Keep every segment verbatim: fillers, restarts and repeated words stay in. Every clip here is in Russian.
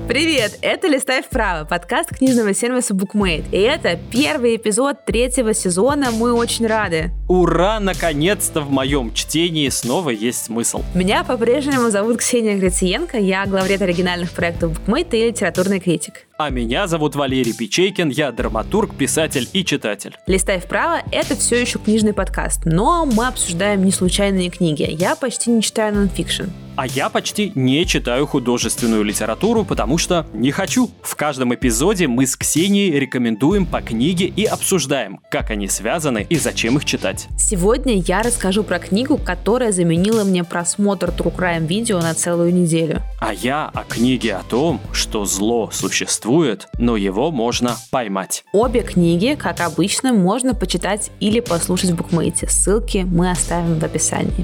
Привет, это «Листай вправо», подкаст книжного сервиса BookMate. И это первый эпизод третьего сезона, мы очень рады. Ура, наконец-то в моем чтении снова есть смысл. Меня по-прежнему зовут Ксения Грициенко, я главред оригинальных проектов BookMate и литературный критик. А меня зовут Валерий Печейкин, я драматург, писатель и читатель. «Листай вправо» — это все еще книжный подкаст, но мы обсуждаем не случайные книги. Я почти не читаю нонфикшн. А я почти не читаю художественную литературу, потому что не хочу. В каждом эпизоде мы с Ксенией рекомендуем по книге и обсуждаем, как они связаны и зачем их читать. Сегодня я расскажу про книгу, которая заменила мне просмотр True Crime видео на целую неделю. А я о книге о том, что зло существует, но его можно поймать. Обе книги, как обычно, можно почитать или послушать в BookMate. Ссылки мы оставим в описании.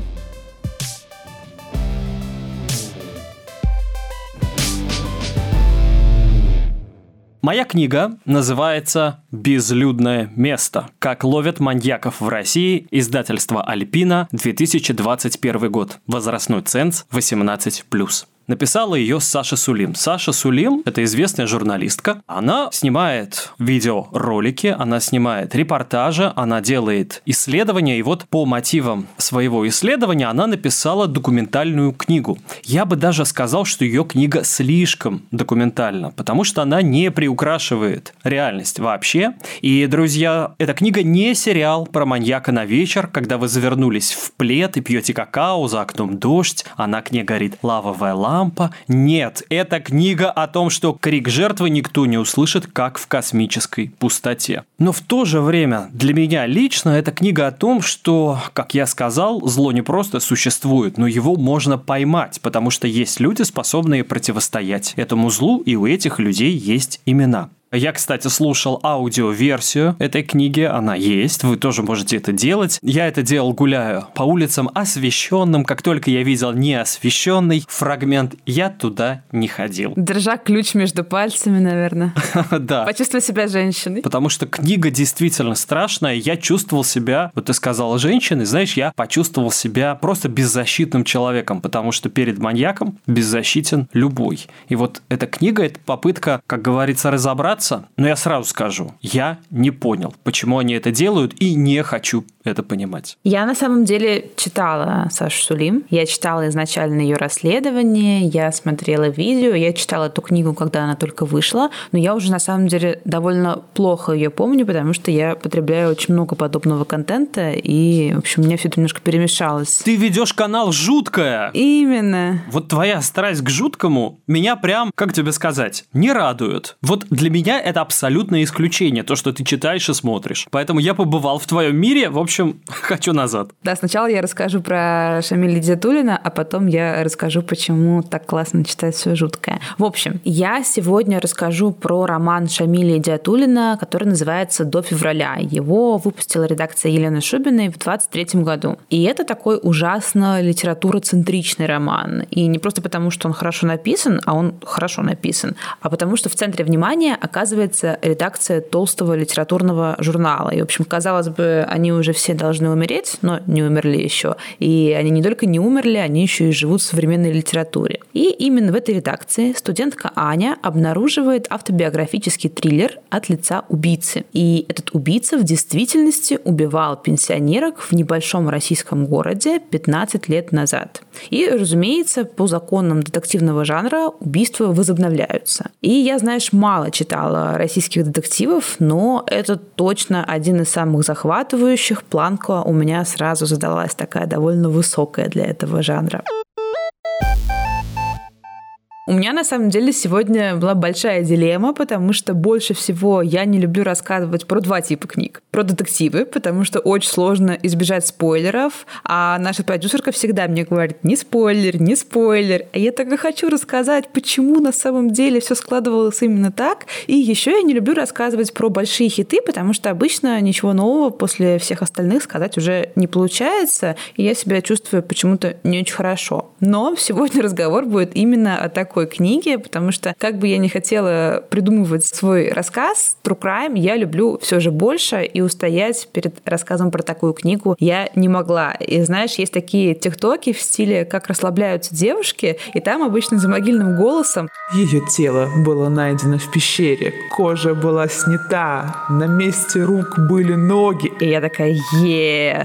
Моя книга называется «Безлюдное место. Как ловят маньяков в России», издательство «Альпина», две тысячи двадцать первый год. Возрастной ценз восемнадцать плюс. Написала ее Саша Сулим. Саша Сулим – это известная журналистка. Она снимает видеоролики, она снимает репортажи, она делает исследования. И вот по мотивам своего исследования она написала документальную книгу. Я бы даже сказал, что ее книга слишком документальна, потому что она не приукрашивает реальность вообще. И, друзья, эта книга не сериал про маньяка на вечер, когда вы завернулись в плед и пьете какао, за окном дождь, а на окне горит лавовая лампа. Лампа. Нет, это книга о том, что крик жертвы никто не услышит, как в космической пустоте. Но в то же время для меня лично это книга о том, что, как я сказал, зло не просто существует, но его можно поймать, потому что есть люди, способные противостоять этому злу, и у этих людей есть имена. Я, кстати, слушал аудиоверсию этой книги, она есть, вы тоже можете это делать. Я это делал, гуляя по улицам освещенным, как только я видел неосвещенный фрагмент, я туда не ходил. Держа ключ между пальцами, наверное. Да. Почувствовать себя женщиной. Потому что книга действительно страшная, я чувствовал себя, вот ты сказала женщиной, знаешь, я почувствовал себя просто беззащитным человеком, потому что перед маньяком беззащитен любой. И вот эта книга, это попытка, как говорится, разобраться. Но я сразу скажу, я не понял, почему они это делают, и не хочу это понимать. Я на самом деле читала Сашу Сулим, я читала изначально ее расследование, я смотрела видео, я читала эту книгу, когда она только вышла, но я уже на самом деле довольно плохо ее помню, потому что я потребляю очень много подобного контента, и, в общем, у меня все это немножко перемешалось. Ты ведешь канал «Жуткое». Именно. Вот твоя страсть к жуткому меня прям, как тебе сказать, не радует. Вот для меня это абсолютное исключение, то, что ты читаешь и смотришь. Поэтому я побывал в твоем мире, в общем, хочу назад. Да, сначала я расскажу про Шамиля Идиатуллина, а потом я расскажу, почему так классно читать все жуткое. В общем, я сегодня расскажу про роман Шамиля Идиатуллина, который называется «До февраля». Его выпустила редакция Елены Шубиной в двадцать третьем году. И это такой ужасно литературоцентричный роман. И не просто потому, что он хорошо написан, а он хорошо написан, а потому что в центре внимания оказывается редакция толстого литературного журнала. И, в общем, казалось бы, они уже все должны умереть, но не умерли еще. И они не только не умерли, они еще и живут в современной литературе. И именно в этой редакции студентка Аня обнаруживает автобиографический триллер от лица убийцы. И этот убийца в действительности убивал пенсионерок в небольшом российском городе пятнадцать лет назад. И, разумеется, по законам детективного жанра убийства возобновляются. И я, знаешь, мало читала российских детективов, но это точно один из самых захватывающих. Планка у меня сразу задалась такая довольно высокая для этого жанра. У меня, на самом деле, сегодня была большая дилемма, потому что больше всего я не люблю рассказывать про два типа книг. Про детективы, потому что очень сложно избежать спойлеров, а наша продюсерка всегда мне говорит: не спойлер, не спойлер. А я так и хочу рассказать, почему на самом деле все складывалось именно так. И еще я не люблю рассказывать про большие хиты, потому что обычно ничего нового после всех остальных сказать уже не получается, и я себя чувствую почему-то не очень хорошо. Но сегодня разговор будет именно о такой такой книги, потому что, как бы я ни хотела придумывать свой рассказ, True Crime я люблю все же больше, и устоять перед рассказом про такую книгу я не могла. И знаешь, есть такие тиктоки в стиле «Как расслабляются девушки», и там обычно за могильным голосом: ее тело было найдено в пещере, кожа была снята, на месте рук были ноги. И я такая: е,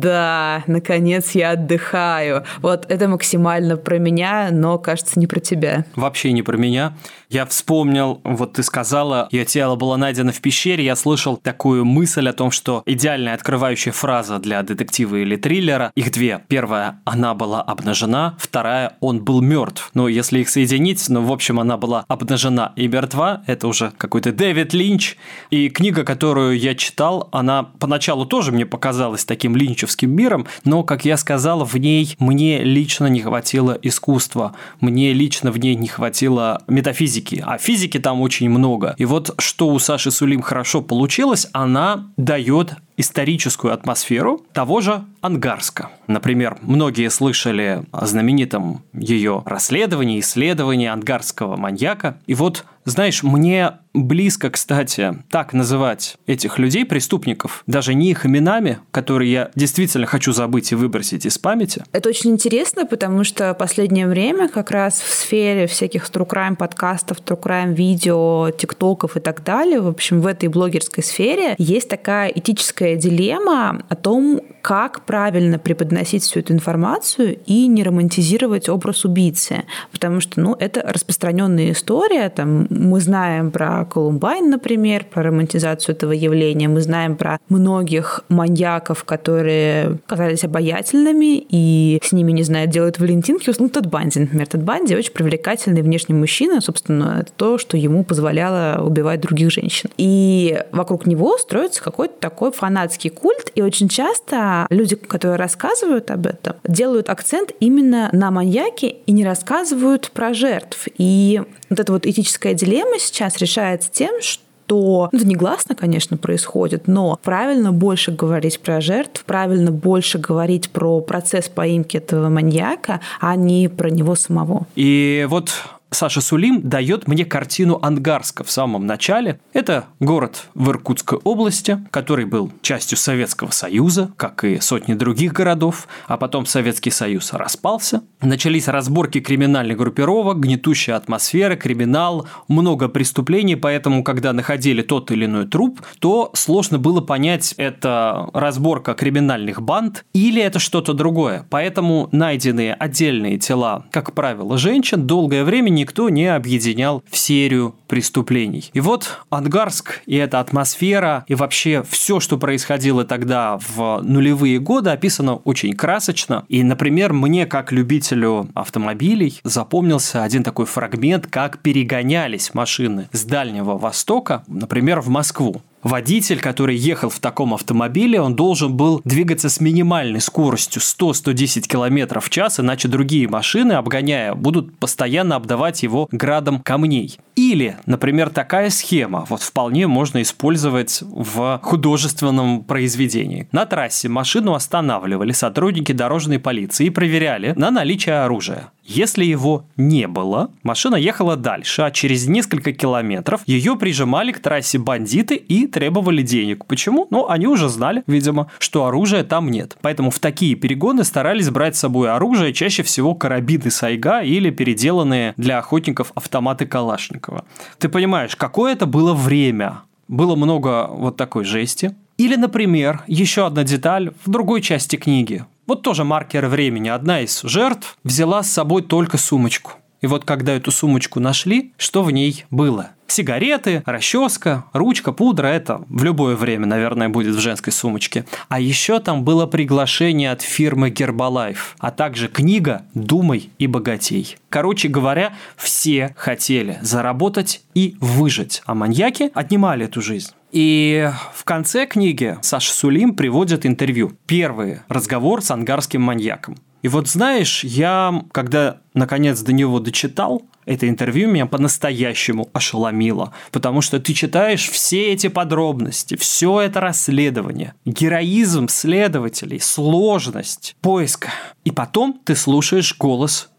да, наконец я отдыхаю. Вот это максимально про меня, но, кажется, не про тебя. Вообще не про меня. Я вспомнил, вот ты сказала, ее тело было найдено в пещере, я слышал такую мысль о том, что идеальная открывающая фраза для детектива или триллера, их две. Первая: она была обнажена, вторая: он был мертв. Ну, если их соединить, ну, в общем, она была обнажена и мертва, это уже какой-то Дэвид Линч. И книга, которую я читал, она поначалу тоже мне показалась таким линчевским миром, но, как я сказал, в ней мне лично не хватило искусства, мне лично в ней не хватило метафизики, а физики там очень много. И вот что у Саши Сулим хорошо получилось, она дает историческую атмосферу того же Ангарска. Например, многие слышали о знаменитом ее расследовании, исследовании ангарского маньяка. И вот, знаешь, мне близко, кстати, так называть этих людей, преступников, даже не их именами, которые я действительно хочу забыть и выбросить из памяти. Это очень интересно, потому что в последнее время как раз в сфере всяких true crime подкастов, true crime видео, тиктоков и так далее, в общем, в этой блогерской сфере есть такая этическая дилемма о том, как правильно преподносить всю эту информацию и не романтизировать образ убийцы. Потому что, ну, это распространенная история. Там, мы знаем про Колумбайн, например, про романтизацию этого явления. Мы знаем про многих маньяков, которые казались обаятельными, и с ними, не знаю, делают валентинки. Ну, Тед Банди, например. Тед Банди очень привлекательный внешний мужчина. Собственно, это то, что ему позволяло убивать других женщин. И вокруг него строится какой-то такой фанатский культ. И очень часто люди, которые рассказывают об этом, делают акцент именно на маньяке и не рассказывают про жертв. И вот эта вот этическая дилемма сейчас решается тем, что что это негласно, конечно, происходит, но правильно больше говорить про жертв, правильно больше говорить про процесс поимки этого маньяка, а не про него самого. И вот Саша Сулим дает мне картину Ангарска в самом начале. Это город в Иркутской области, который был частью Советского Союза, как и сотни других городов, а потом Советский Союз распался. Начались разборки криминальных группировок, гнетущая атмосфера, криминал, много преступлений, поэтому, когда находили тот или иной труп, то сложно было понять, это разборка криминальных банд или это что-то другое. Поэтому найденные отдельные тела, как правило, женщин, долгое время никто не объединял в серию преступлений. И вот Ангарск и эта атмосфера, и вообще все, что происходило тогда в нулевые годы, описано очень красочно. И, например, мне, как любителю автомобилей, запомнился один такой фрагмент, как перегонялись машины с Дальнего Востока, например, в Москву. Водитель, который ехал в таком автомобиле, он должен был двигаться с минимальной скоростью сто - сто десять километров в час, иначе другие машины, обгоняя, будут постоянно обдавать его градом камней. Или, например, такая схема вот вполне можно использовать в художественном произведении. На трассе машину останавливали сотрудники дорожной полиции и проверяли на наличие оружия. Если его не было, машина ехала дальше, а через несколько километров ее прижимали к трассе бандиты и требовали денег. Почему? Ну, они уже знали, видимо, что оружия там нет. Поэтому в такие перегоны старались брать с собой оружие, чаще всего карабины Сайга или переделанные для охотников автоматы Калашникова. Ты понимаешь, какое это было время? Было много вот такой жести. Или, например, еще одна деталь в другой части книги. Вот тоже маркер времени. Одна из жертв взяла с собой только сумочку. И вот когда эту сумочку нашли, что в ней было? Сигареты, расческа, ручка, пудра – это в любое время, наверное, будет в женской сумочке. А еще там было приглашение от фирмы Гербалайф, а также книга «Думай и богатей». Короче говоря, все хотели заработать и выжить, а маньяки отнимали эту жизнь. И в конце книги Саша Сулим приводит интервью. Первый разговор с ангарским маньяком. И вот знаешь, я, когда наконец до него дочитал, это интервью меня по-настоящему ошеломило, потому что ты читаешь все эти подробности, все это расследование, героизм следователей, сложность поиска, и потом ты слушаешь голос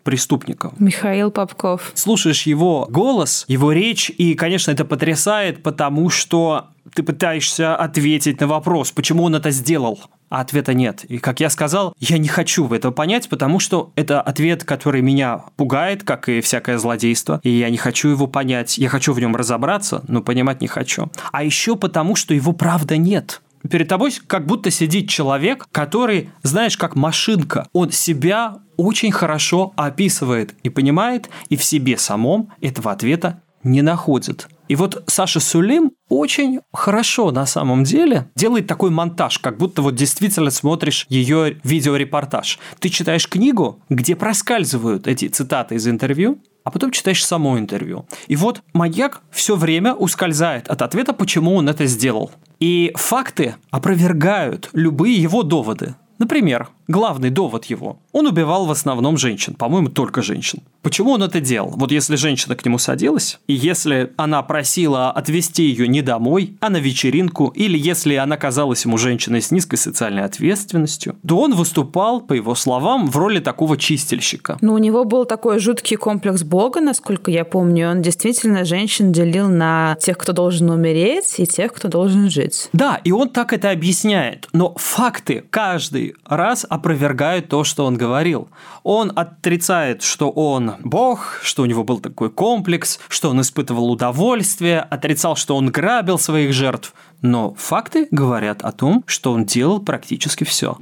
преступников. Михаил Попков. Слушаешь его голос, его речь, и, конечно, это потрясает, потому что ты пытаешься ответить на вопрос, почему он это сделал, а ответа нет. И, как я сказал, я не хочу в это понять, потому что это ответ, который меня пугает, как и всякое злодейство, и я не хочу его понять. Я хочу в нем разобраться, но понимать не хочу. А еще потому, что его правда нет. Перед тобой как будто сидит человек, который, знаешь, как машинка. Он себя очень хорошо описывает и понимает, и в себе самом этого ответа не находит. И вот Саша Сулим очень хорошо на самом деле делает такой монтаж, как будто вот действительно смотришь ее видеорепортаж. Ты читаешь книгу, где проскальзывают эти цитаты из интервью, а потом читаешь само интервью. И вот маньяк все время ускользает от ответа, почему он это сделал. И факты опровергают любые его доводы. Например, главный довод его. Он убивал в основном женщин, по-моему, только женщин. Почему он это делал? Вот если женщина к нему садилась, и если она просила отвезти ее не домой, а на вечеринку, или если она казалась ему женщиной с низкой социальной ответственностью, то он выступал, по его словам, в роли такого чистильщика. Ну, у него был такой жуткий комплекс Бога, насколько я помню. Он действительно женщин делил на тех, кто должен умереть, и тех, кто должен жить. Да, и он так это объясняет. Но факты каждый раз опровергают то, что он говорил. Он отрицает, что он бог, что у него был такой комплекс, что он испытывал удовольствие, отрицал, что он грабил своих жертв. Но факты говорят о том, что он делал практически все.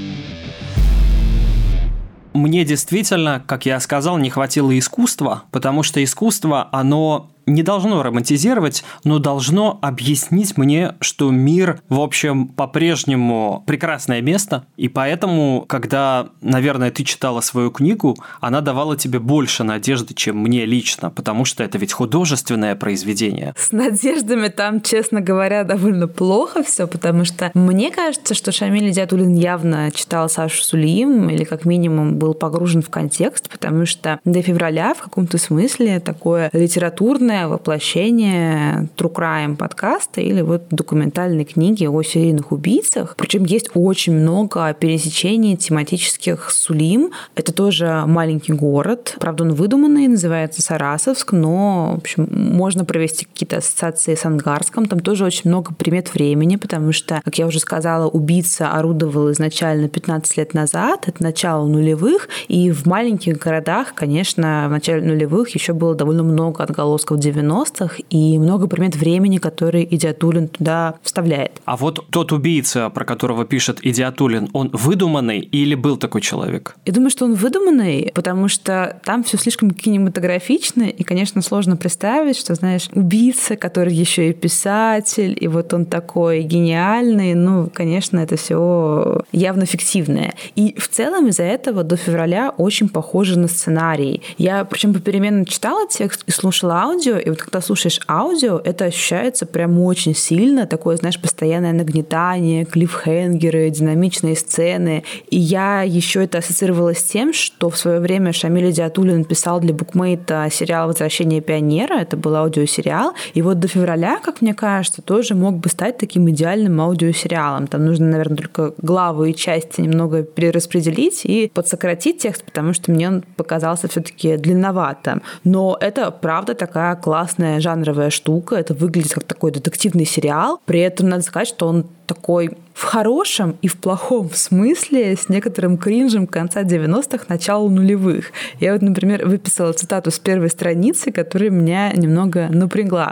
Мне действительно, как я сказал, не хватило искусства, потому что искусство, оно не должно романтизировать, но должно объяснить мне, что мир, в общем, по-прежнему прекрасное место, и поэтому, когда, наверное, ты читала свою книгу, она давала тебе больше надежды, чем мне лично, потому что это ведь художественное произведение. С надеждами там, честно говоря, довольно плохо все, потому что мне кажется, что Шамиль Идиатуллин явно читал Сашу Сулим, или как минимум был погружен в контекст, потому что до февраля в каком-то смысле такое литературное воплощение true crime подкаста или вот документальной книги о серийных убийцах. Причем есть очень много пересечений тематических с Сулим. Это тоже маленький город. Правда, он выдуманный, называется Сарасовск, но, в общем, можно провести какие-то ассоциации с Ангарском. Там тоже очень много примет времени, потому что, как я уже сказала, убийца орудовал изначально пятнадцать лет назад, это начало нулевых, и в маленьких городах, конечно, в начале нулевых еще было довольно много отголосков девяностых и много примет времени, которые Идиатуллин туда вставляет. А вот тот убийца, про которого пишет Идиатуллин, он выдуманный или был такой человек? Я думаю, что он выдуманный, потому что там все слишком кинематографично, и, конечно, сложно представить, что, знаешь, убийца, который еще и писатель, и вот он такой гениальный, ну, конечно, это все явно фиктивное. И в целом из-за этого до февраля очень похоже на сценарий. Я, причем попеременно читала текст и слушала аудио, и вот когда слушаешь аудио, это ощущается прям очень сильно, такое, знаешь, постоянное нагнетание, клиффхенгеры, динамичные сцены. И я еще это ассоциировала с тем, что в свое время Шамиль Идиатуллин писал для Букмейта сериал «Возвращение пионера», это был аудиосериал, и вот до февраля, как мне кажется, тоже мог бы стать таким идеальным аудиосериалом. Там нужно, наверное, только главы и части немного перераспределить и подсократить текст, потому что мне он показался все-таки длинноватым. Но это, правда, такая классная жанровая штука. Это выглядит как такой детективный сериал. При этом надо сказать, что он такой в хорошем и в плохом смысле с некоторым кринжем конца девяностых, начала нулевых. Я вот, например, выписала цитату с первой страницы, которая меня немного напрягла.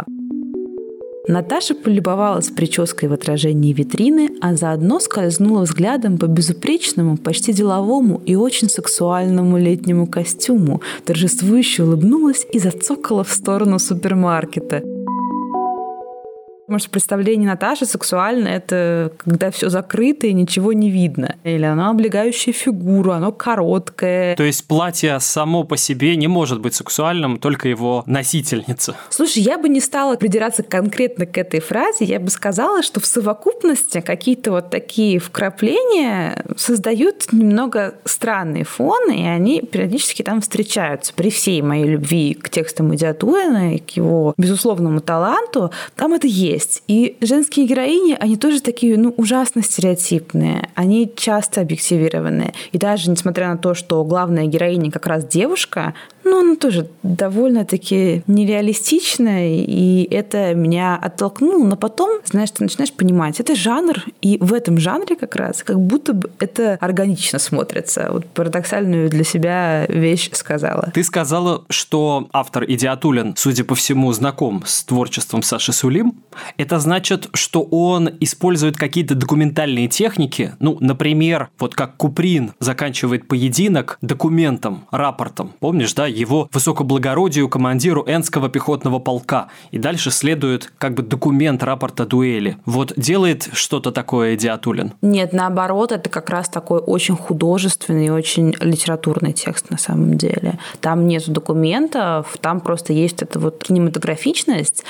Наташа полюбовалась прической в отражении витрины, а заодно скользнула взглядом по безупречному, почти деловому и очень сексуальному летнему костюму, торжествующе улыбнулась и зацокала в сторону супермаркета. Может, представление Наташи сексуально — это когда все закрыто и ничего не видно. Или оно облегающая фигуру, оно короткое. То есть платье само по себе не может быть сексуальным, только его носительница. Слушай, я бы не стала придираться конкретно к этой фразе. Я бы сказала, что в совокупности какие-то вот такие вкрапления создают немного странный фон, и они периодически там встречаются. При всей моей любви к текстам Идиатуллина и к его безусловному таланту, там это есть. есть. И женские героини, они тоже такие, ну, ужасно стереотипные. Они часто объективированные. И даже несмотря на то, что главная героиня как раз девушка, ну, она тоже довольно-таки нереалистичная, и это меня оттолкнуло. Но потом, знаешь, ты начинаешь понимать, это жанр, и в этом жанре как раз как будто бы это органично смотрится. Вот парадоксальную для себя вещь сказала. Ты сказала, что автор Идиатуллин, судя по всему, знаком с творчеством Саши Сулим. Это значит, что он использует какие-то документальные техники, ну, например, вот как Куприн заканчивает поединок документом, рапортом. Помнишь, да? Его высокоблагородию командиру Энского пехотного полка. И дальше следует как бы документ рапорта дуэли. Вот делает что-то такое Идиатуллин? Нет, наоборот, это как раз такой очень художественный, очень литературный текст на самом деле. Там нет документов, там просто есть эта вот кинематографичность,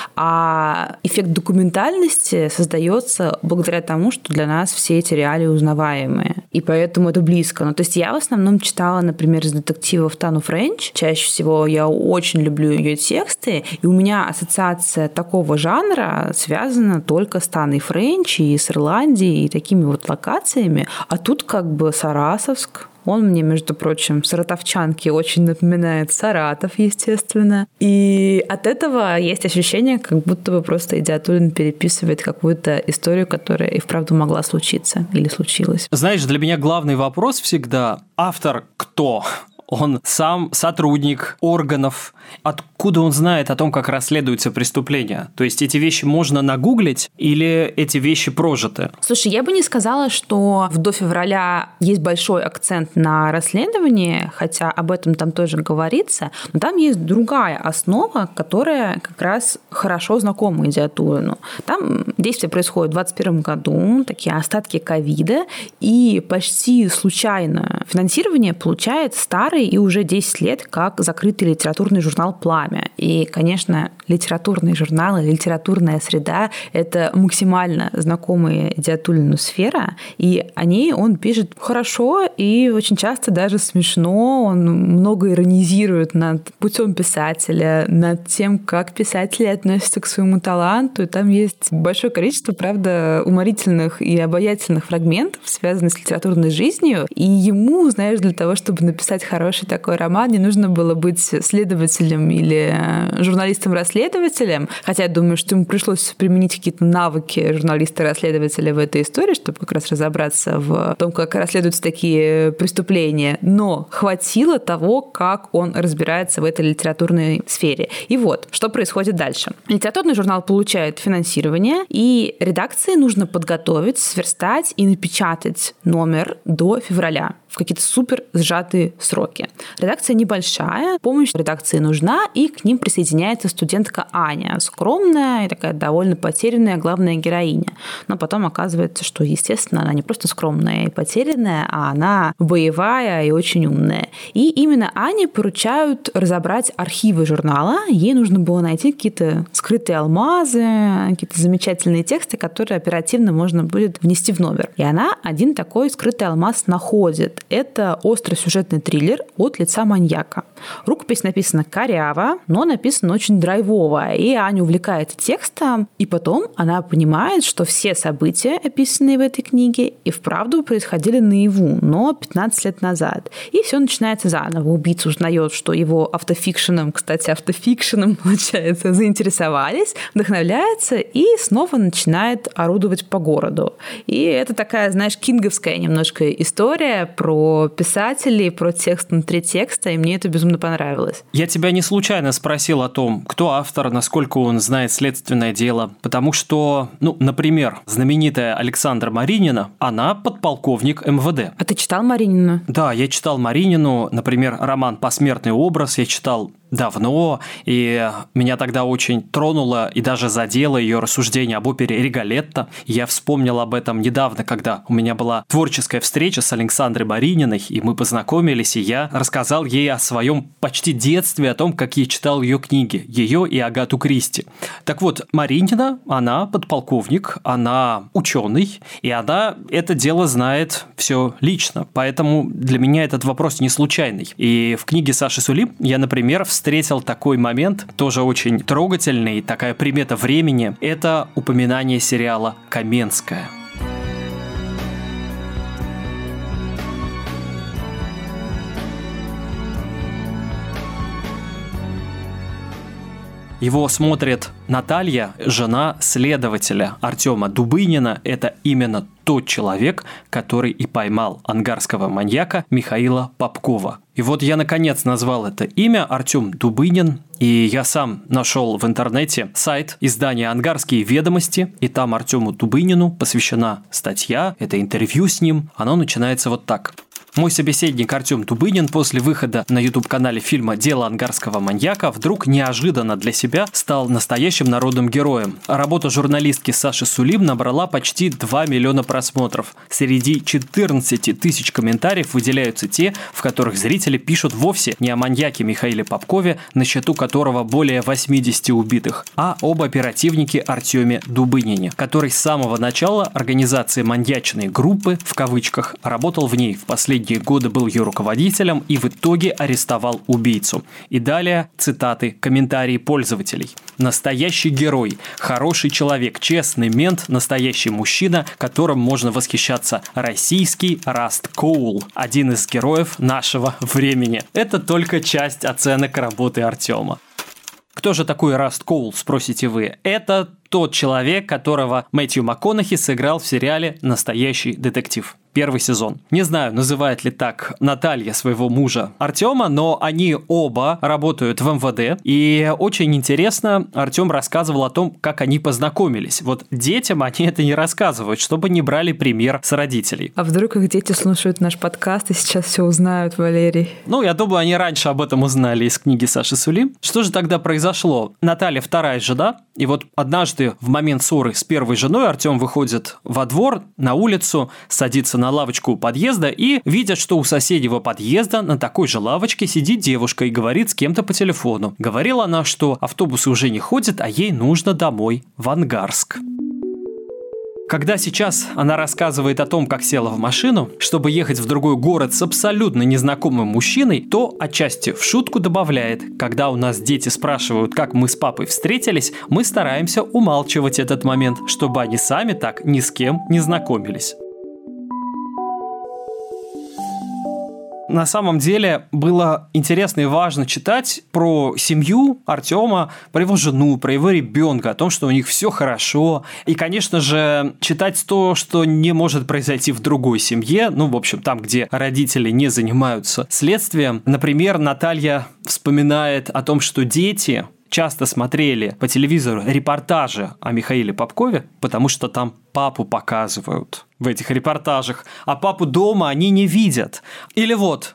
а эффект документальности создается благодаря тому, что для нас все эти реалии узнаваемые. И поэтому это близко. Ну, то есть я в основном читала, например, из детективов Тану Френч. Чаще всего я очень люблю ее тексты, и у меня ассоциация такого жанра связана только с Таной Френч и с Ирландией, и такими вот локациями. А тут как бы Сарасовск. Он мне, между прочим, саратовчанки очень напоминает Саратов, естественно. И от этого есть ощущение, как будто бы просто Идиатуллин переписывает какую-то историю, которая и вправду могла случиться или случилась. Знаешь, для меня главный вопрос всегда: автор кто? Он сам сотрудник органов. Откуда он знает о том, как расследуются преступления? То есть эти вещи можно нагуглить или эти вещи прожиты? Слушай, я бы не сказала, что в «До февраля» есть большой акцент на расследование, хотя об этом там тоже говорится, но там есть другая основа, которая как раз хорошо знакома Идиатуллину. Там действие происходит в двадцать первом году, такие остатки ковида, и почти случайно финансирование получает старый и уже десять лет как закрытый литературный журнал «Пламя». И, конечно, литературный журнал и литературная среда – это максимально знакомая Идиатуллину сфера, и о ней он пишет хорошо и очень часто даже смешно. Он много иронизирует над путем писателя, над тем, как писатели относятся к своему таланту. И там есть большое количество, правда, уморительных и обаятельных фрагментов, связанных с литературной жизнью. И ему, знаешь, для того, чтобы написать хороший такой роман, не нужно было быть следователем или журналистом-расследователем, хотя я думаю, что ему пришлось применить какие-то навыки журналиста-расследователя в этой истории, чтобы как раз разобраться в том, как расследуются такие преступления, но хватило того, как он разбирается в этой литературной сфере. И вот, что происходит дальше. Литературный журнал получает финансирование, и редакции нужно подготовить, сверстать и напечатать номер до февраля в какие-то супер сжатые сроки. Редакция небольшая, помощь редакции нужна, и к ним присоединяется студентка Аня, скромная и такая довольно потерянная главная героиня. Но потом оказывается, что, естественно, она не просто скромная и потерянная, а она боевая и очень умная. И именно Ане поручают разобрать архивы журнала. Ей нужно было найти какие-то скрытые алмазы, какие-то замечательные тексты, которые оперативно можно будет внести в номер. И она один такой скрытый алмаз находит. Это остросюжетный триллер от лица маньяка. Рукопись написана коряво, но написана очень драйвово. И Аня увлекается текстом, и потом она понимает, что все события, описанные в этой книге, и вправду происходили наяву, но пятнадцать лет назад. И все начинается заново. Убийца узнает, что его автофикшеном, кстати, автофикшеном, получается, заинтересовались, вдохновляется и снова начинает орудовать по городу. И это такая, знаешь, кинговская немножко история про писателей, про текст внутри текста, и мне это безумно понравилось. Я тебя не случайно спросил о том, кто автор, насколько он знает следственное дело, потому что, ну, например, знаменитая Александра Маринина, она подполковник эм вэ дэ. А ты читал Маринину? Да, я читал Маринину, например, роман «Посмертный образ», я читал давно, и меня тогда очень тронуло и даже задело ее рассуждение об опере «Риголетто». Я вспомнил об этом недавно, когда у меня была творческая встреча с Александрой Марининой, и мы познакомились, и я рассказал ей о своем почти детстве, о том, как я читал ее книги, ее и Агату Кристи. Так вот, Маринина, она подполковник, она ученый, и она это дело знает все лично, поэтому для меня этот вопрос не случайный. И в книге Саши Сулим я, например, встретил встретил такой момент, тоже очень трогательный, такая примета времени. Это упоминание сериала «Каменская». Его смотрит Наталья, жена следователя Артема Дубынина. Это именно тот человек, который и поймал ангарского маньяка Михаила Попкова. И вот я наконец назвал это имя, Артем Дубынин, и я сам нашел в интернете сайт издания «Ангарские ведомости», и там Артему Дубынину посвящена статья, это интервью с ним, оно начинается вот так. Мой собеседник Артем Дубынин после выхода на ютуб-канале фильма «Дело ангарского маньяка» вдруг неожиданно для себя стал настоящим народным героем. Работа журналистки Саши Сулим набрала почти два миллиона просмотров. Среди четырнадцати тысяч комментариев выделяются те, в которых зрители пишут вовсе не о маньяке Михаиле Попкове, на счету которого более восьмидесяти убитых, а об оперативнике Артеме Дубынине, который с самого начала организации маньячной группы, в кавычках, работал в ней в последние годы, был ее руководителем и в итоге арестовал убийцу. И далее цитаты, комментарии пользователей. Настоящий герой, хороший человек, честный мент, настоящий мужчина, которым можно восхищаться. Российский Раст Коул, один из героев нашего времени. Это только часть оценок работы Артема. Кто же такой Раст Коул, спросите вы? Это тот человек, которого Мэтью МакКонахи сыграл в сериале «Настоящий детектив». Первый сезон. Не знаю, называет ли так Наталья своего мужа Артема, но они оба работают в эм вэ дэ. И очень интересно, Артем рассказывал о том, как они познакомились. Вот детям они это не рассказывают, чтобы не брали пример с родителей. А вдруг их дети слушают наш подкаст и сейчас все узнают, Валерий? Ну, я думаю, они раньше об этом узнали из книги Саши Сулим. Что же тогда произошло? Наталья вторая жена, и вот однажды в момент ссоры с первой женой Артем выходит во двор, на улицу, садится на на лавочку у подъезда и видят, что у соседнего подъезда на такой же лавочке сидит девушка и говорит с кем-то по телефону. Говорила она, что автобусы уже не ходят, а ей нужно домой, в Ангарск. Когда сейчас она рассказывает о том, как села в машину, чтобы ехать в другой город с абсолютно незнакомым мужчиной, то отчасти в шутку добавляет: когда у нас дети спрашивают, как мы с папой встретились, мы стараемся умалчивать этот момент, чтобы они сами так ни с кем не знакомились. На самом деле было интересно и важно читать про семью Артема, про его жену, про его ребенка, о том, что у них все хорошо. И, конечно же, читать то, что не может произойти в другой семье, ну, в общем, там, где родители не занимаются следствием. Например, Наталья вспоминает о том, что дети часто смотрели по телевизору репортажи о Михаиле Попкове, потому что там папу показывают в этих репортажах, а папу дома они не видят. Или вот...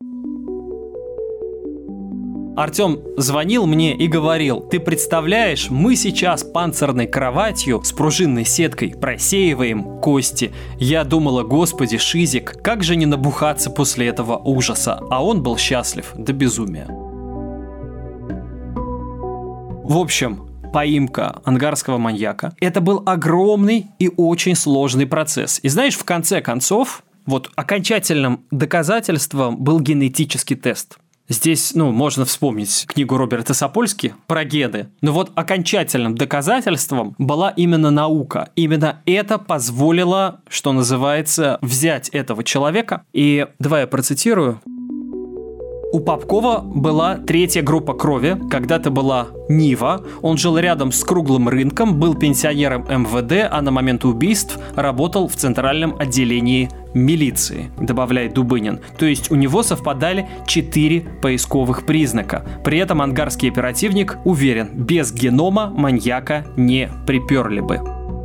Артем звонил мне и говорил: ты представляешь, мы сейчас панцирной кроватью с пружинной сеткой просеиваем кости. Я думала, господи, Шизик, как же не набухаться после этого ужаса, а он был счастлив до безумия. В общем, поимка ангарского маньяка – это был огромный и очень сложный процесс. И знаешь, в конце концов, вот окончательным доказательством был генетический тест. Здесь, ну, можно вспомнить книгу Роберта Сапольски про гены. Но вот окончательным доказательством была именно наука. Именно это позволило, что называется, взять этого человека. И давай я процитирую. У Попкова была третья группа крови, когда-то была Нива, он жил рядом с круглым рынком, был пенсионером эм вэ дэ, а на момент убийств работал в центральном отделении милиции, добавляет Дубынин. То есть у него совпадали четыре поисковых признака. При этом ангарский оперативник уверен, без генома маньяка не приперли бы.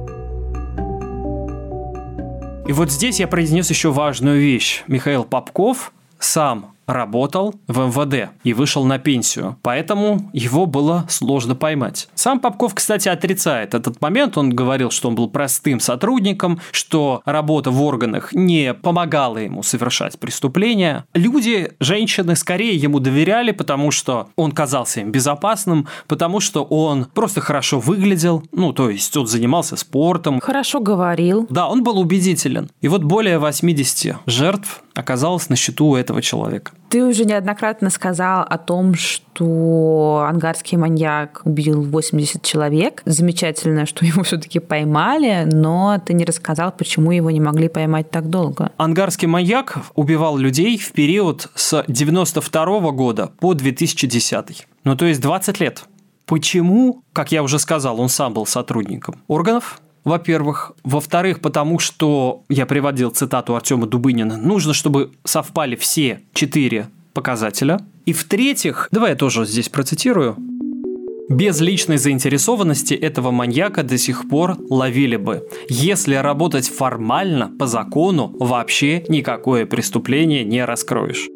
И вот здесь я произнес еще важную вещь. Михаил Попков сам работал в эм вэ дэ и вышел на пенсию, поэтому его было сложно поймать. Сам Попков, кстати, отрицает этот момент. Он говорил, что он был простым сотрудником, что работа в органах не помогала ему совершать преступления. Люди, женщины, скорее ему доверяли, потому что он казался им безопасным, потому что он просто хорошо выглядел, ну, то есть он занимался спортом. Хорошо говорил. Да, он был убедителен. И вот более восьмидесяти жертв оказалась на счету у этого человека. Ты уже неоднократно сказал о том, что ангарский маньяк убил восемьдесят человек. Замечательно, что его все-таки поймали, но ты не рассказал, почему его не могли поймать так долго. Ангарский маньяк убивал людей в период с девяносто второго года по две тысячи десятый. Ну, то есть двадцать лет. Почему? Как я уже сказал, он сам был сотрудником органов, во-первых. Во-вторых, потому что, я приводил цитату Артема Дубынина, нужно, чтобы совпали все четыре показателя. И в-третьих, давай я тоже здесь процитирую. Без личной заинтересованности этого маньяка до сих пор ловили бы. Если работать формально, по закону, вообще никакое преступление не раскроешь.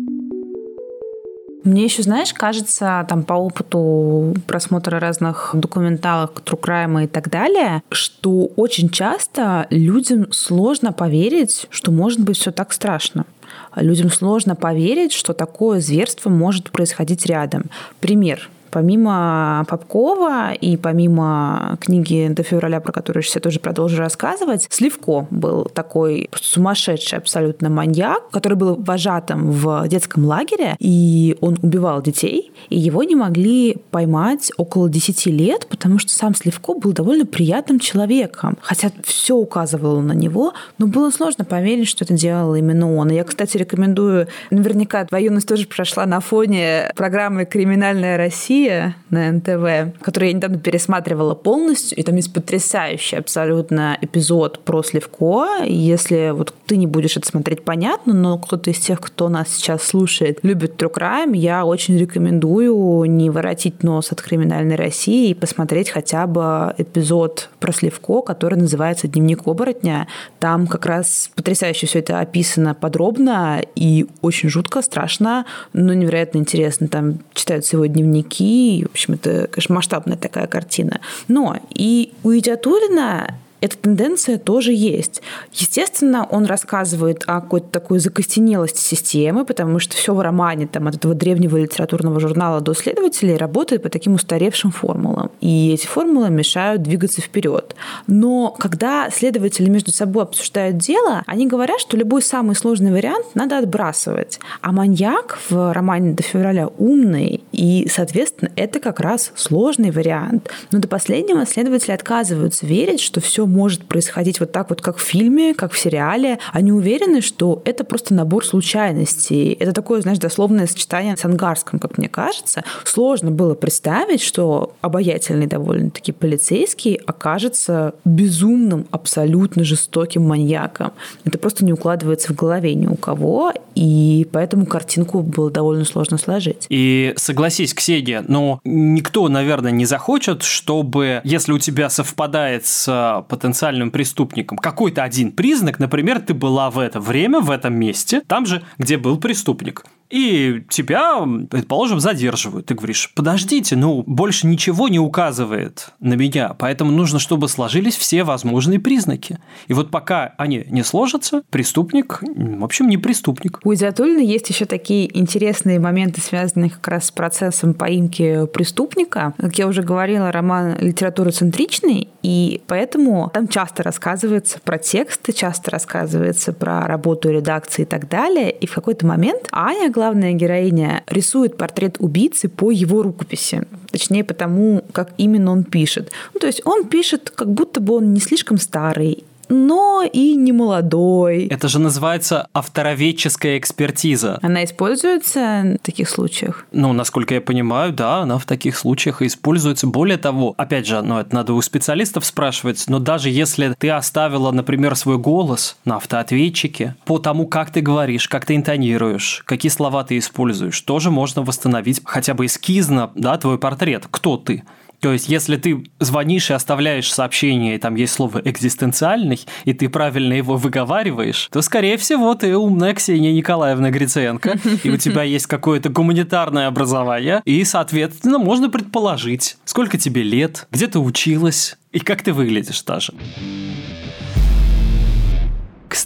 Мне еще, знаешь, кажется, там по опыту просмотра разных документалок, true crime и так далее, что очень часто людям сложно поверить, что может быть все так страшно. Людям сложно поверить, что такое зверство может происходить рядом. Пример. Помимо Попкова и помимо книги «До февраля», про которую я тоже продолжу рассказывать, Сливко был такой сумасшедший абсолютно маньяк, который был вожатым в детском лагере, и он убивал детей, и его не могли поймать около десяти лет, потому что сам Сливко был довольно приятным человеком. Хотя все указывало на него, но было сложно поверить, что это делал именно он. И я, кстати, рекомендую, наверняка твоя юность тоже прошла на фоне программы «Криминальная Россия» на эн тэ вэ, которую я недавно пересматривала полностью, и там есть потрясающий абсолютно эпизод про Сливко. Если вот ты не будешь это смотреть, понятно, но кто-то из тех, кто нас сейчас слушает, любит true crime, я очень рекомендую не воротить нос от «Криминальной России» и посмотреть хотя бы эпизод про Сливко, который называется «Дневник оборотня». Там как раз потрясающе все это описано подробно и очень жутко, страшно, но невероятно интересно. Там читаются его дневники. И, в общем, это, конечно, масштабная такая картина. Но и у Идиатуллина эта тенденция тоже есть. Естественно, он рассказывает о какой-то такой закостенелости системы, потому что все в романе там, от этого древнего литературного журнала до следователей работает по таким устаревшим формулам. И эти формулы мешают двигаться вперед. Но когда следователи между собой обсуждают дело, они говорят, что любой самый сложный вариант надо отбрасывать. А маньяк в романе «До февраля» умный, и, соответственно, это как раз сложный вариант. Но до последнего следователи отказываются верить, что все может происходить вот так вот, как в фильме, как в сериале. Они уверены, что это просто набор случайностей. Это такое, знаешь, дословное сочетание с ангарским, как мне кажется. Сложно было представить, что обаятельный довольно-таки полицейский окажется безумным, абсолютно жестоким маньяком. Это просто не укладывается в голове ни у кого, и поэтому картинку было довольно сложно сложить. И согласись, Ксения, но никто, наверное, не захочет, чтобы, если у тебя совпадает с потенциальным преступником какой-то один признак, например, ты была в это время, в этом месте, там же, где был преступник. И тебя, предположим, задерживают. Ты говоришь, подождите, ну, больше ничего не указывает на меня, поэтому нужно, чтобы сложились все возможные признаки. И вот пока они не сложатся, преступник, в общем, не преступник. У Идиатуллина есть еще такие интересные моменты, связанные как раз с процессом поимки преступника. Как я уже говорила, роман литературоцентричный, и поэтому там часто рассказывается про тексты, часто рассказывается про работу редакции и так далее. И в какой-то момент Аня, главная героиня, рисует портрет убийцы по его рукописи. Точнее, по тому, как именно он пишет. Ну, то есть он пишет, как будто бы он не слишком старый, но и не молодой. Это же называется автороведческая экспертиза. Она используется в таких случаях? Ну, насколько я понимаю, да, она в таких случаях и используется. Более того, опять же, ну, это надо у специалистов спрашивать, но даже если ты оставила, например, свой голос на автоответчике, по тому, как ты говоришь, как ты интонируешь, какие слова ты используешь, тоже можно восстановить хотя бы эскизно, да, твой портрет. Кто ты? То есть, если ты звонишь и оставляешь сообщение, и там есть слово «экзистенциальный», и ты правильно его выговариваешь, то, скорее всего, ты умная Ксения Николаевна Гриценко, и у тебя есть какое-то гуманитарное образование, и, соответственно, можно предположить, сколько тебе лет, где ты училась, и как ты выглядишь даже.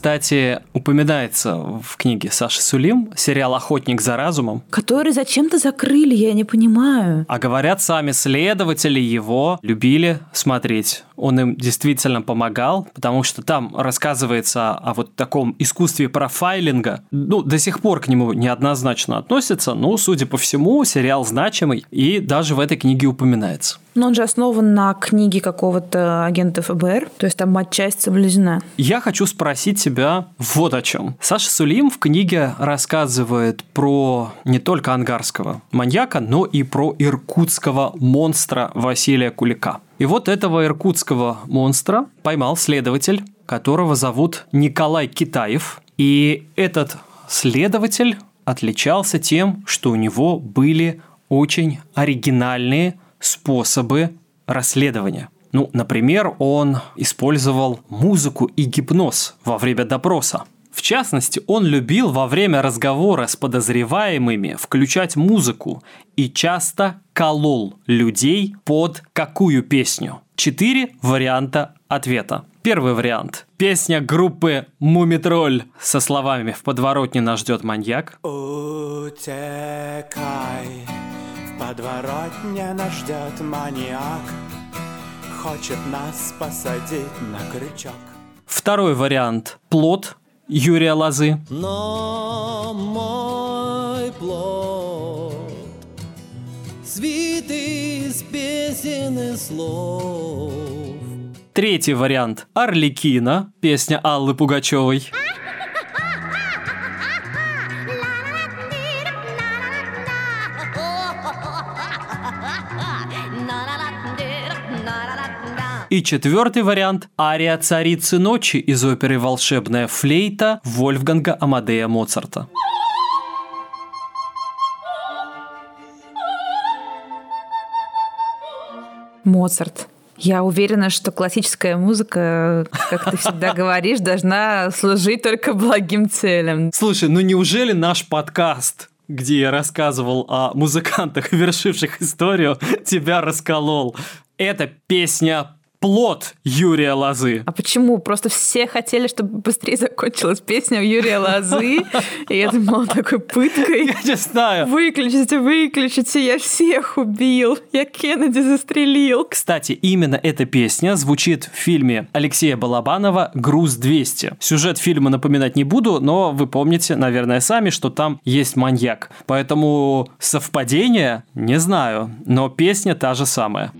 кстати, упоминается в книге Саши Сулим сериал «Охотник за разумом». Который зачем-то закрыли, я не понимаю. А говорят, сами следователи его любили смотреть. Он им действительно помогал, потому что там рассказывается о вот таком искусстве профайлинга. Ну, до сих пор к нему неоднозначно относятся, но, судя по всему, сериал значимый и даже в этой книге упоминается. Но он же основан на книге какого-то агента эф бэ эр, то есть там отчасти соблюдена. Я хочу спросить тебя вот о чем. Саша Сулим в книге рассказывает про не только ангарского маньяка, но и про иркутского монстра Василия Кулика. И вот этого иркутского монстра поймал следователь, которого зовут Николай Китаев. И этот следователь отличался тем, что у него были очень оригинальные способы расследования. Ну, например, он использовал музыку и гипноз во время допроса. В частности, он любил во время разговора с подозреваемыми включать музыку и часто колол людей под какую песню? Четыре варианта ответа. Первый вариант. Песня группы «Мумитроль» со словами «В подворотне нас ждет маньяк». Утекай, в подворотне нас ждет маньяк, хочет нас посадить на крючок. Второй вариант. «Плод» Юрия Лозы. Но мой плод свит из песен и слов. Третий вариант. «Арлекино», песня Аллы Пугачевой. И четвертый вариант – ария «Царицы ночи» из оперы «Волшебная флейта» Вольфганга Амадея Моцарта. Моцарт. Я уверена, что классическая музыка, как ты всегда говоришь, должна служить только благим целям. Слушай, ну неужели наш подкаст, где я рассказывал о музыкантах, вершивших историю, тебя расколол? Это песня «Плод» Юрия Лозы. А почему? Просто все хотели, чтобы быстрее закончилась песня у Юрия Лозы, и это было такой пыткой. Я не знаю. Выключите, выключите, я всех убил, я Кеннеди застрелил. Кстати, именно эта песня звучит в фильме Алексея Балабанова «Груз двести». Сюжет фильма напоминать не буду, но вы помните, наверное, сами, что там есть маньяк. Поэтому совпадение? Не знаю, но песня та же самая.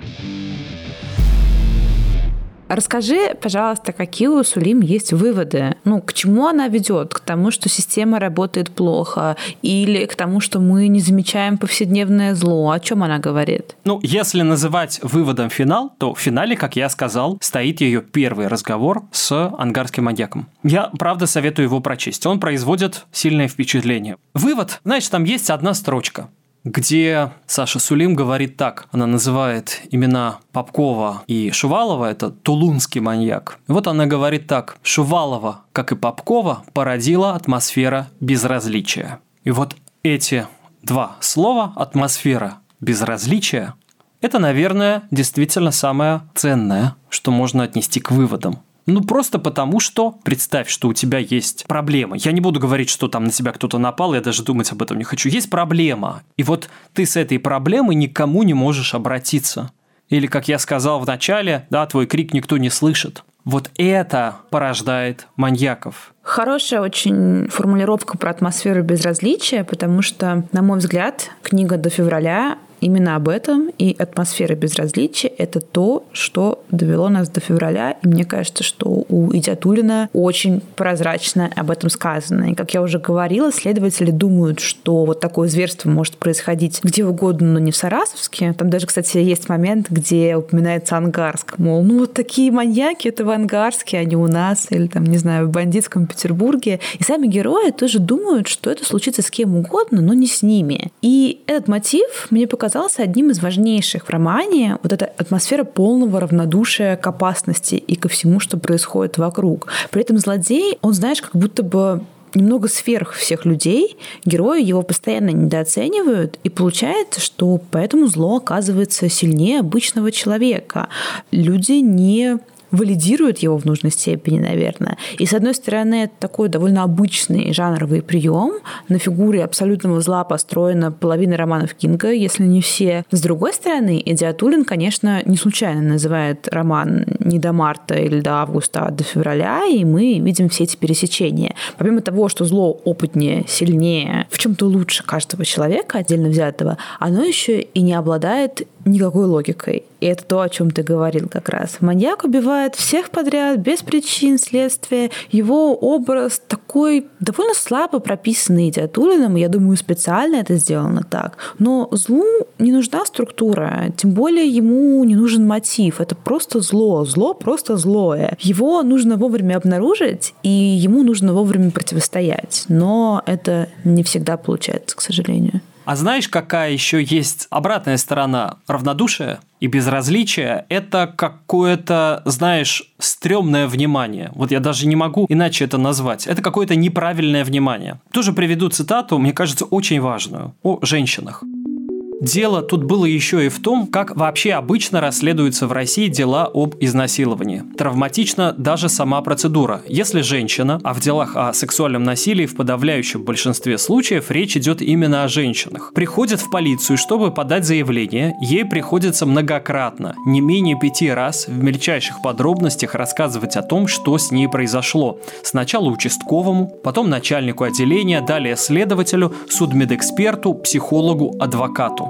Расскажи, пожалуйста, какие у Сулим есть выводы? Ну, к чему она ведет? К тому, что система работает плохо? Или к тому, что мы не замечаем повседневное зло? О чем она говорит? Ну, если называть выводом финал, то в финале, как я сказал, стоит ее первый разговор с ангарским маньяком. Я, правда, советую его прочесть. Он производит сильное впечатление. Вывод, знаешь, там есть одна строчка, где Саша Сулим говорит так. Она называет имена Попкова и Шувалова, это тулунский маньяк. И вот она говорит так. Шувалова, как и Попкова, породила атмосфера безразличия. И вот эти два слова, атмосфера безразличия, это, наверное, действительно самое ценное, что можно отнести к выводам. Ну, просто потому что, представь, что у тебя есть проблема. Я не буду говорить, что там на тебя кто-то напал, я даже думать об этом не хочу. Есть проблема. И вот ты с этой проблемой никому не можешь обратиться. Или, как я сказал в начале, да, твой крик никто не слышит. Вот это порождает маньяков. Хорошая очень формулировка про атмосферу безразличия, потому что, на мой взгляд, книга «До февраля» именно об этом, и атмосфера безразличия – это то, что довело нас до февраля, и мне кажется, что у Идиатуллина очень прозрачно об этом сказано. И, как я уже говорила, следователи думают, что вот такое зверство может происходить где угодно, но не в Саратовске. Там даже, кстати, есть момент, где упоминается Ангарск. Мол, ну вот такие маньяки – это в Ангарске, а не у нас, или там, не знаю, в бандитском Петербурге. И сами герои тоже думают, что это случится с кем угодно, но не с ними. И этот мотив мне показался одним из важнейших в романе. Вот эта атмосфера полного равнодушия к опасности и ко всему, что происходит вокруг. При этом злодей, он, знаешь, как будто бы немного сверх всех людей, герои его постоянно недооценивают, и получается, что поэтому зло оказывается сильнее обычного человека. Люди не валидирует его в нужной степени, наверное. И, с одной стороны, это такой довольно обычный жанровый прием. На фигуре абсолютного зла построена половина романов Кинга, если не все. С другой стороны, Идиатуллин, конечно, не случайно называет роман не до марта или до августа, а до февраля, и мы видим все эти пересечения. Помимо того, что зло опытнее, сильнее, в чем-то лучше каждого человека, отдельно взятого, оно еще и не обладает никакой логикой. И это то, о чем ты говорил как раз. Маньяк убивает всех подряд, без причин, следствия. Его образ такой довольно слабо прописанный Идиатуллиным, и я думаю, специально это сделано так. Но злу не нужна структура, тем более ему не нужен мотив. Это просто зло. Зло просто злое. Его нужно вовремя обнаружить, и ему нужно вовремя противостоять. Но это не всегда получается, к сожалению. А знаешь, какая еще есть обратная сторона равнодушия и безразличия? Это какое-то, знаешь, стрёмное внимание. Вот я даже не могу иначе это назвать. Это какое-то неправильное внимание. Тоже приведу цитату, мне кажется, очень важную, о женщинах. Дело тут было еще и в том, как вообще обычно расследуются в России дела об изнасиловании. Травматична даже сама процедура. Если женщина, а в делах о сексуальном насилии в подавляющем большинстве случаев речь идет именно о женщинах, приходит в полицию, чтобы подать заявление, ей приходится многократно, не менее пяти раз, в мельчайших подробностях рассказывать о том, что с ней произошло. Сначала участковому, потом начальнику отделения, далее следователю, судмедэксперту, психологу, адвокату.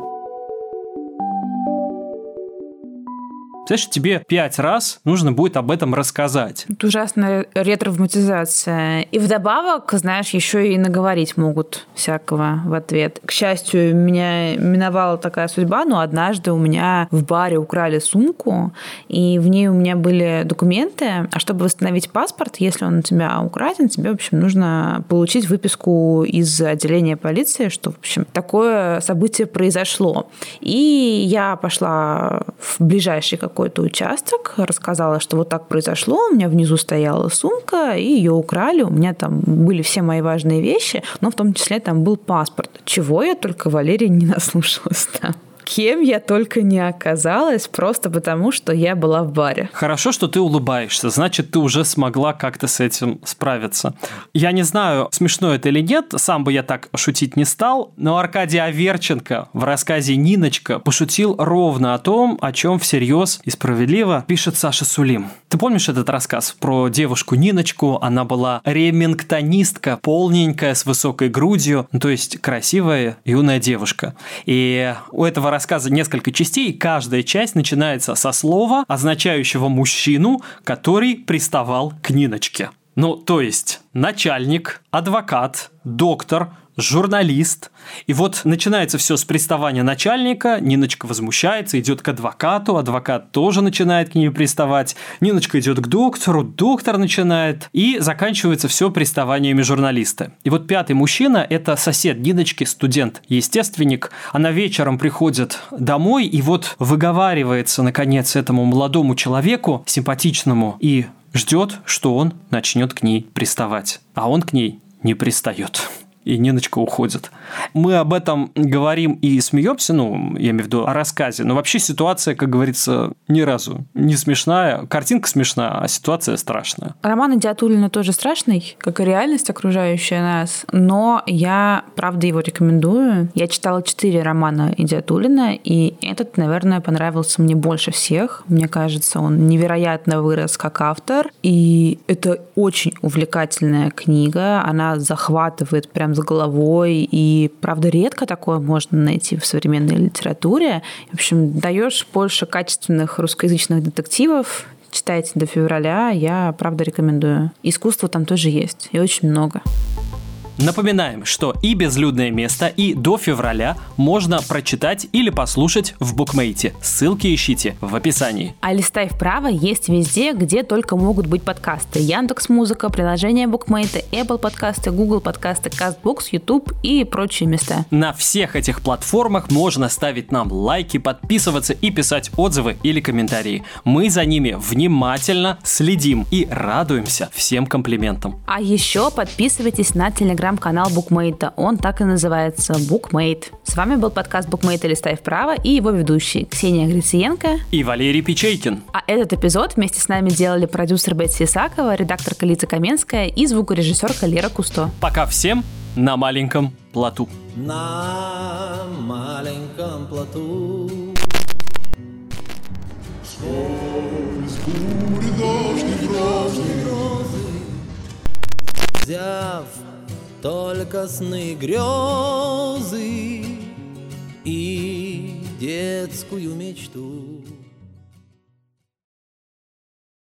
Знаешь, тебе пять раз нужно будет об этом рассказать. Это ужасная ретравматизация. И вдобавок, знаешь, еще и наговорить могут всякого в ответ. К счастью, меня миновала такая судьба, но однажды у меня в баре украли сумку, и в ней у меня были документы. А чтобы восстановить паспорт, если он у тебя украден, тебе, в общем, нужно получить выписку из отделения полиции, что, в общем, такое событие произошло. И я пошла в ближайший какой какой-то участок, рассказала, что вот так произошло, у меня внизу стояла сумка, и ее украли, у меня там были все мои важные вещи, но в том числе там был паспорт. Чего я только, Валерия, не наслушалась там. Кем я только не оказалась, просто потому, что я была в баре. Хорошо, что ты улыбаешься, значит, ты уже смогла как-то с этим справиться. Я не знаю, смешно это или нет, сам бы я так шутить не стал, но Аркадий Аверченко в рассказе «Ниночка» пошутил ровно о том, о чем всерьез и справедливо пишет Саша Сулим. Ты помнишь этот рассказ про девушку Ниночку? Она была ремингтонистка, полненькая, с высокой грудью, то есть красивая юная девушка. И у этого рассказа рассказа несколько частей, каждая часть начинается со слова, означающего мужчину, который приставал к Ниночке. Ну, то есть начальник, адвокат, доктор, журналист. И вот начинается все с приставания начальника, Ниночка возмущается, идет к адвокату, адвокат тоже начинает к ней приставать, Ниночка идет к доктору, доктор начинает, и заканчивается все приставаниями журналиста. И вот пятый мужчина – это сосед Ниночки, студент, естественник. Она вечером приходит домой и вот выговаривается, наконец, этому молодому человеку, симпатичному, и ждет, что он начнет к ней приставать. А он к ней не пристает. И Ниночка уходит. Мы об этом говорим и смеемся, ну, я имею в виду о рассказе, но вообще ситуация, как говорится, ни разу не смешная. Картинка смешная, а ситуация страшная. Роман Идиатуллина тоже страшный, как и реальность, окружающая нас, но я, правда, его рекомендую. Я читала четыре романа Идиатуллина, и этот, наверное, понравился мне больше всех. Мне кажется, он невероятно вырос как автор, и это очень увлекательная книга, она захватывает прям с головой, и, правда, редко такое можно найти в современной литературе. В общем, даешь больше качественных русскоязычных детективов, читайте до февраля, я, правда, рекомендую. Искусство там тоже есть, и очень много. Напоминаем, что и «Безлюдное место», и «До февраля» можно прочитать или послушать в букмейте. Ссылки ищите в описании. А «Листай вправо» есть везде, где только могут быть подкасты. Яндекс.Музыка, приложение букмейта, Apple подкасты, Google подкасты, Castbox, YouTube и прочие места. На всех этих платформах можно ставить нам лайки, подписываться и писать отзывы или комментарии. Мы за ними внимательно следим и радуемся всем комплиментам. А еще подписывайтесь на телеграм телеграм-канал Букмейта. Он так и называется – Букмейт. С вами был подкаст Букмейта «Листай вправо» и его ведущие Ксения Грициенко и Валерий Печейкин. А этот эпизод вместе с нами делали продюсер Бетси Исакова, редакторка Лиза Каменская и звукорежиссерка Лера Кусто. Пока всем на маленьком плоту. На маленьком плоту. Сквозь бури, дожди, грозы, взяв только сны, грезы и детскую мечту.